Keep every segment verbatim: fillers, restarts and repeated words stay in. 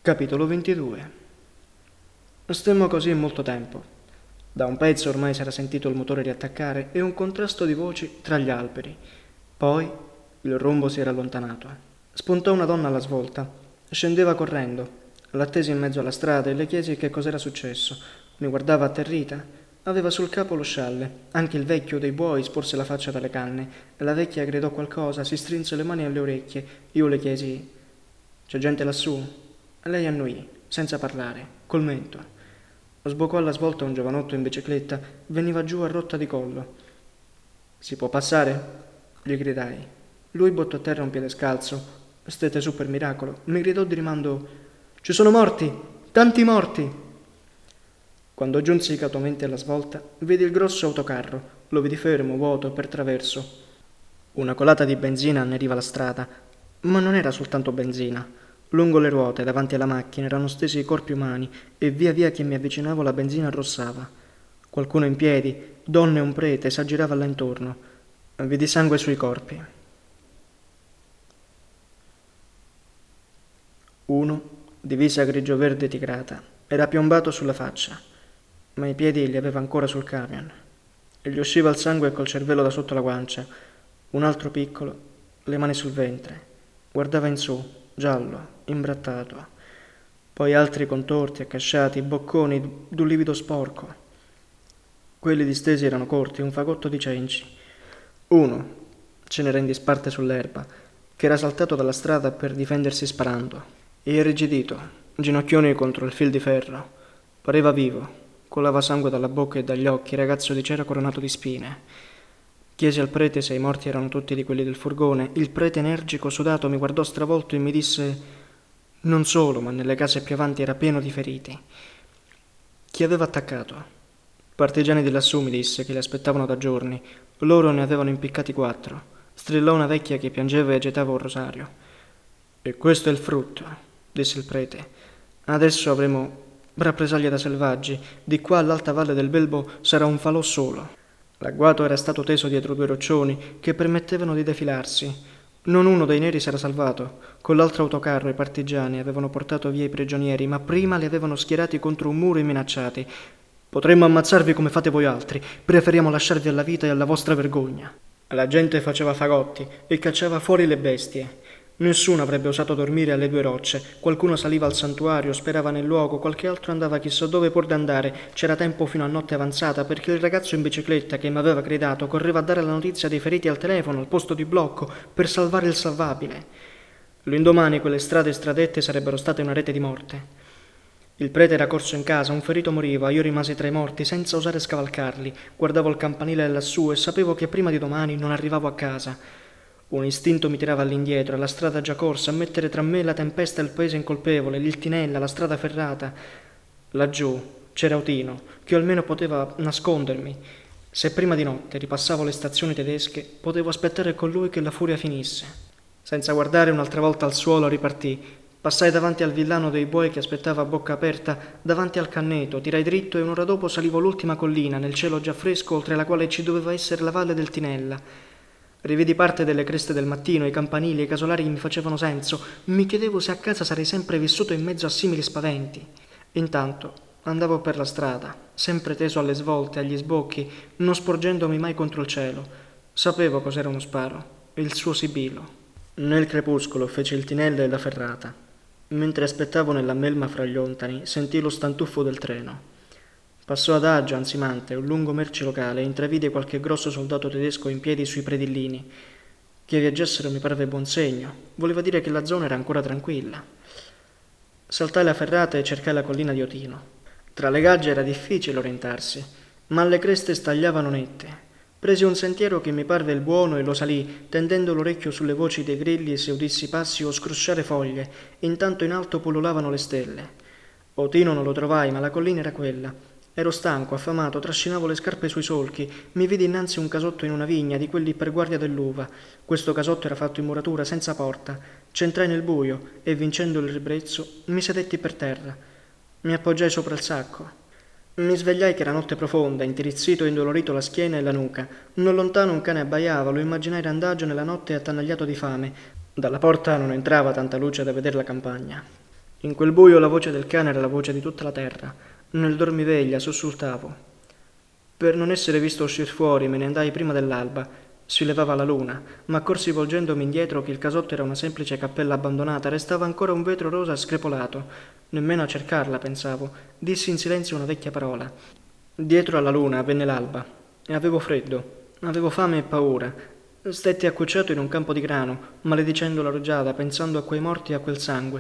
Capitolo ventidue. Stemmo così molto tempo. Da un pezzo ormai s'era sentito il motore riattaccare e un contrasto di voci tra gli alberi. Poi il rombo si era allontanato. Spuntò una donna alla svolta. Scendeva correndo. L'attesi in mezzo alla strada e le chiesi che cos'era successo. Mi guardava atterrita. Aveva sul capo lo scialle. Anche il vecchio dei buoi sporse la faccia dalle canne. La vecchia gridò qualcosa, si strinse le mani alle orecchie. Io le chiesi: «C'è gente lassù?» Lei annuì, senza parlare, col mento. Sbocò alla svolta un giovanotto in bicicletta, veniva giù a rotta di collo. «Si può passare?» gli gridai. Lui buttò a terra un piede scalzo, stette su per miracolo, mi gridò di rimando: «Ci sono morti! Tanti morti!» Quando giunsi cautelosamente alla svolta, vidi il grosso autocarro, lo vidi fermo, vuoto, per traverso. Una colata di benzina anneriva la strada, ma non era soltanto benzina. Lungo le ruote, davanti alla macchina, erano stesi i corpi umani e via via che mi avvicinavo la benzina arrossava. Qualcuno in piedi, donne e un prete, s'aggirava là intorno. Vidi sangue sui corpi. Uno, divisa grigio-verde tigrata, era piombato sulla faccia, ma i piedi li aveva ancora sul camion. E gli usciva il sangue col cervello da sotto la guancia. Un altro piccolo, le mani sul ventre, guardava in su, giallo, imbrattato. Poi altri contorti, accasciati, bocconi d'un livido sporco. Quelli distesi erano corti, un fagotto di cenci. Uno, ce n'era in disparte sull'erba, che era saltato dalla strada per difendersi sparando, e irrigidito, ginocchioni contro il fil di ferro. Pareva vivo, colava sangue dalla bocca e dagli occhi, ragazzo di cera coronato di spine. Chiesi al prete se i morti erano tutti di quelli del furgone. Il prete energico, sudato, mi guardò stravolto e mi disse: «Non solo, ma nelle case più avanti era pieno di feriti». Chi aveva attaccato? Partigiani di lassù, mi disse, che li aspettavano da giorni. Loro ne avevano impiccati quattro. Strillò una vecchia che piangeva e agitava un rosario. «E questo è il frutto», disse il prete. «Adesso avremo rappresaglie da selvaggi. Di qua all'alta valle del Belbo sarà un falò solo». L'agguato era stato teso dietro due roccioni che permettevano di defilarsi. Non uno dei neri s'era salvato. Con l'altro autocarro i partigiani avevano portato via i prigionieri, ma prima li avevano schierati contro un muro e minacciati. «Potremmo ammazzarvi come fate voi altri. Preferiamo lasciarvi alla vita e alla vostra vergogna». La gente faceva fagotti e cacciava fuori le bestie. Nessuno avrebbe osato dormire alle due rocce. Qualcuno saliva al santuario, sperava nel luogo, qualche altro andava chissà dove pur d'andare. C'era tempo fino a notte avanzata, perché il ragazzo in bicicletta che mi aveva gridato correva a dare la notizia dei feriti al telefono, al posto di blocco, per salvare il salvabile. L'indomani quelle strade stradette sarebbero state una rete di morte. Il prete era corso in casa, un ferito moriva, io rimasi tra i morti senza osare scavalcarli. Guardavo il campanile lassù e sapevo che prima di domani non arrivavo a casa. Un istinto mi tirava all'indietro, alla strada già corsa, a mettere tra me la tempesta e il paese incolpevole, il tinella, la strada ferrata. Laggiù c'era Utino, che almeno poteva nascondermi. Se prima di notte ripassavo le stazioni tedesche, potevo aspettare con lui che la furia finisse. Senza guardare un'altra volta al suolo ripartì. Passai davanti al villano dei buoi che aspettava a bocca aperta, davanti al canneto, tirai dritto e un'ora dopo salivo l'ultima collina, nel cielo già fresco, oltre la quale ci doveva essere la valle del Tinella. Rivedi parte delle creste del mattino, i campanili e i casolari mi facevano senso. Mi chiedevo se a casa sarei sempre vissuto in mezzo a simili spaventi. Intanto andavo per la strada, sempre teso alle svolte, agli sbocchi, non sporgendomi mai contro il cielo. Sapevo cos'era uno sparo, il suo sibilo. Nel crepuscolo feci il tinella e la ferrata. Mentre aspettavo nella melma fra gli ontani, sentii lo stantuffo del treno. Passò adagio, ansimante, un lungo mercilocale e intravide qualche grosso soldato tedesco in piedi sui predillini. Che viaggiassero mi parve buon segno. Voleva dire che la zona era ancora tranquilla. Saltai la ferrata e cercai la collina di Otino. Tra le gagge era difficile orientarsi, ma le creste stagliavano nette. Presi un sentiero che mi parve il buono e lo salì, tendendo l'orecchio sulle voci dei grilli se udissi passi o scrosciare foglie. Intanto in alto pullulavano le stelle. Otino non lo trovai, ma la collina era quella. Ero stanco, affamato, trascinavo le scarpe sui solchi. Mi vidi innanzi un casotto in una vigna, di quelli per guardia dell'uva. Questo casotto era fatto in muratura, senza porta. C'entrai nel buio e, vincendo il ribrezzo, mi sedetti per terra. Mi appoggiai sopra il sacco. Mi svegliai che era notte profonda, intirizzito e indolorito la schiena e la nuca. Non lontano un cane abbaiava, lo immaginai randagio nella notte attanagliato di fame. Dalla porta non entrava tanta luce da vedere la campagna. In quel buio la voce del cane era la voce di tutta la terra. Nel dormiveglia sussultavo. Per non essere visto uscir fuori me ne andai prima dell'alba. Si levava la luna, ma accorsi volgendomi indietro che il casotto era una semplice cappella abbandonata, restava ancora un vetro rosa screpolato. Nemmeno a cercarla, pensavo. Dissi in silenzio una vecchia parola. Dietro alla luna venne l'alba e avevo freddo, avevo fame e paura. Stetti accucciato in un campo di grano, maledicendo la rugiada, pensando a quei morti e a quel sangue.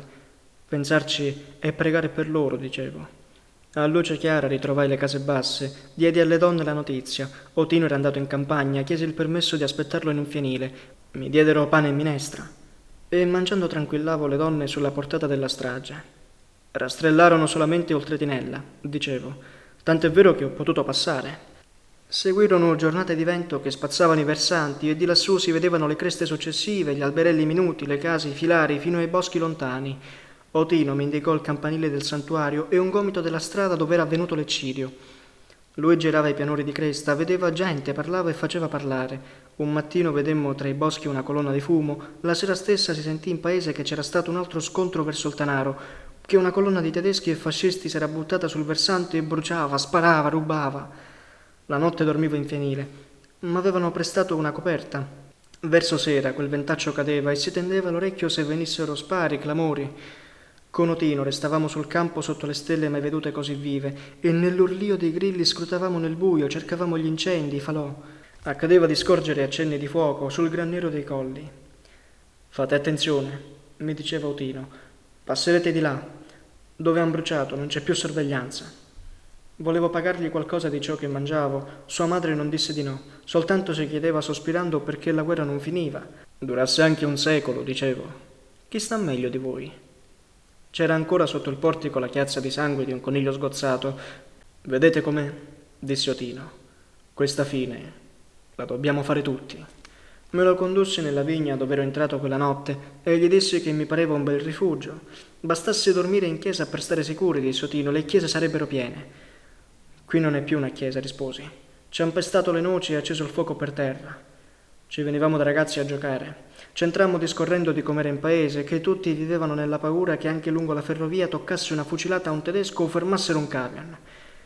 Pensarci e pregare per loro, dicevo. A luce chiara ritrovai le case basse, diedi alle donne la notizia. Otino era andato in campagna, chiesi il permesso di aspettarlo in un fienile. Mi diedero pane e minestra e mangiando tranquillavo le donne sulla portata della strage. Rastrellarono solamente oltre Tinella, dicevo, tant'è vero che ho potuto passare. Seguirono giornate di vento che spazzavano i versanti e di lassù si vedevano le creste successive, gli alberelli minuti, le case, i filari, fino ai boschi lontani. Otino mi indicò il campanile del santuario e un gomito della strada dove era avvenuto l'eccidio. Lui girava i pianori di cresta, vedeva gente, parlava e faceva parlare. Un mattino vedemmo tra i boschi una colonna di fumo, la sera stessa si sentì in paese che c'era stato un altro scontro verso il Tanaro, che una colonna di tedeschi e fascisti si era buttata sul versante e bruciava, sparava, rubava. La notte dormivo in fienile, ma avevano prestato una coperta. Verso sera quel ventaccio cadeva e si tendeva l'orecchio se venissero spari, clamori. Con Otino restavamo sul campo sotto le stelle mai vedute così vive e nell'urlio dei grilli scrutavamo nel buio, cercavamo gli incendi, i falò. Accadeva di scorgere accenni di fuoco sul gran nero dei colli. Fate attenzione, mi diceva Otino, passerete di là. Dove han bruciato non c'è più sorveglianza. Volevo pagargli qualcosa di ciò che mangiavo. Sua madre non disse di no, soltanto si chiedeva sospirando perché la guerra non finiva. Durasse anche un secolo, dicevo. Chi sta meglio di voi? C'era ancora sotto il portico la chiazza di sangue di un coniglio sgozzato. Vedete com'è? Disse Otino. Questa fine la dobbiamo fare tutti. Me lo condussi nella vigna dove ero entrato quella notte e gli dissi che mi pareva un bel rifugio. Bastasse dormire in chiesa per stare sicuri, disse Otino, le chiese sarebbero piene. Qui non è più una chiesa, risposi. Ci han pestato le noci e acceso il fuoco per terra. Ci venivamo da ragazzi a giocare. C'entrammo discorrendo di com'era in paese, che tutti vivevano nella paura che anche lungo la ferrovia toccasse una fucilata a un tedesco o fermassero un camion.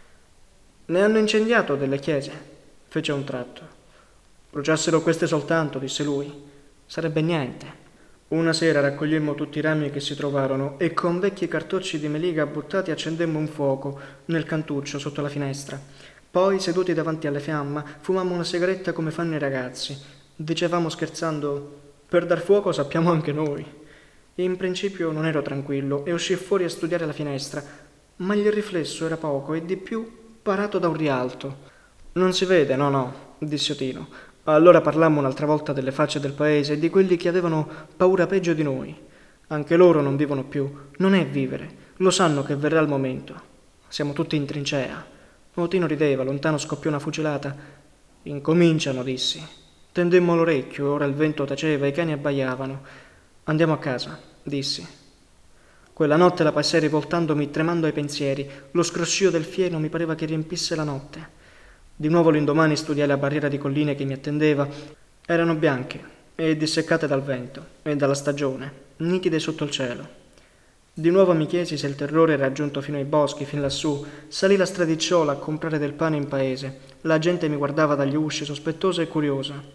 Ne hanno incendiato delle chiese, fece a un tratto. Bruciassero queste soltanto, disse lui. Sarebbe niente. Una sera raccogliemmo tutti i rami che si trovarono e con vecchi cartocci di meliga buttati accendemmo un fuoco nel cantuccio sotto la finestra. Poi, seduti davanti alla fiamma, fumammo una sigaretta come fanno i ragazzi. Dicevamo scherzando, per dar fuoco sappiamo anche noi. In principio non ero tranquillo e uscii fuori a studiare la finestra, ma il riflesso era poco e di più parato da un rialto. Non si vede, no, no, disse Otino. Allora parlammo un'altra volta delle facce del paese e di quelli che avevano paura peggio di noi. Anche loro non vivono più, non è vivere, lo sanno che verrà il momento. Siamo tutti in trincea. Otino rideva, lontano scoppiò una fucilata. Incominciano, dissi. Tendemmo l'orecchio, ora il vento taceva, i cani abbaiavano. Andiamo a casa, dissi. Quella notte la passai rivoltandomi, tremando ai pensieri. Lo scroscio del fieno mi pareva che riempisse la notte. Di nuovo l'indomani studiai la barriera di colline che mi attendeva. Erano bianche e disseccate dal vento e dalla stagione, nitide sotto il cielo. Di nuovo mi chiesi se il terrore era giunto fino ai boschi, fin lassù. Salì la stradicciuola a comprare del pane in paese. La gente mi guardava dagli usci, sospettosa e curiosa.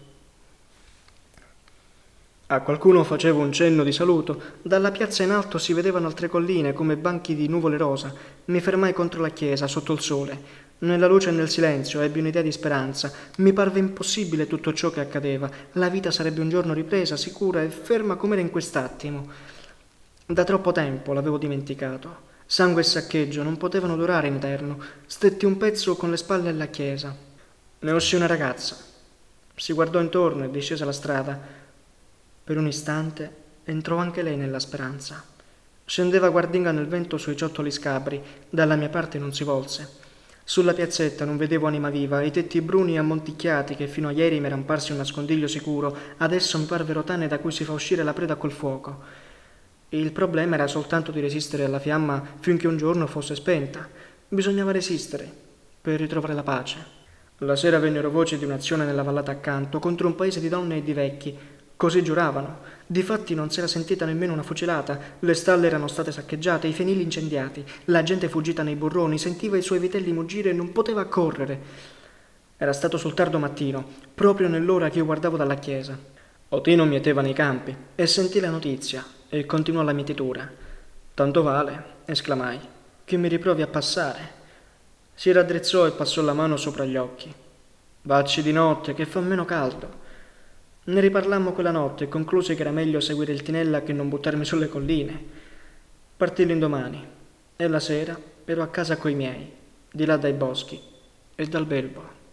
A qualcuno facevo un cenno di saluto. Dalla piazza in alto si vedevano altre colline come banchi di nuvole rosa. Mi fermai contro la chiesa, sotto il sole. Nella luce e nel silenzio ebbi un'idea di speranza. Mi parve impossibile tutto ciò che accadeva. La vita sarebbe un giorno ripresa, sicura e ferma com'era in quest'attimo. Da troppo tempo l'avevo dimenticato. Sangue e saccheggio non potevano durare in eterno. Stetti un pezzo con le spalle alla chiesa. Ne uscì una ragazza. Si guardò intorno e discese la strada. Per un istante entrò anche lei nella speranza. Scendeva guardinga nel vento sui ciottoli scabri. Dalla mia parte non si volse. Sulla piazzetta non vedevo anima viva, i tetti bruni e ammonticchiati che fino a ieri mi eran parsi un nascondiglio sicuro, adesso mi parvero tane da cui si fa uscire la preda col fuoco. Il problema era soltanto di resistere alla fiamma finché un giorno fosse spenta. Bisognava resistere per ritrovare la pace. La sera vennero voci di un'azione nella vallata accanto, contro un paese di donne e di vecchi. Così giuravano. Difatti non s'era sentita nemmeno una fucilata, le stalle erano state saccheggiate, i fienili incendiati, la gente fuggita nei burroni, sentiva i suoi vitelli muggire e non poteva correre. Era stato sul tardo mattino, proprio nell'ora che io guardavo dalla chiesa. Otino mieteva nei campi e sentì la notizia e continuò la mietitura. Tanto vale, esclamai, che mi riprovi a passare. Si raddrizzò e passò la mano sopra gli occhi. Vacci di notte, che fa meno caldo. Ne riparlammo quella notte e concluse che era meglio seguire il Tinella che non buttarmi sulle colline. Partì l'indomani e la sera ero a casa coi miei, di là dai boschi e dal belbo.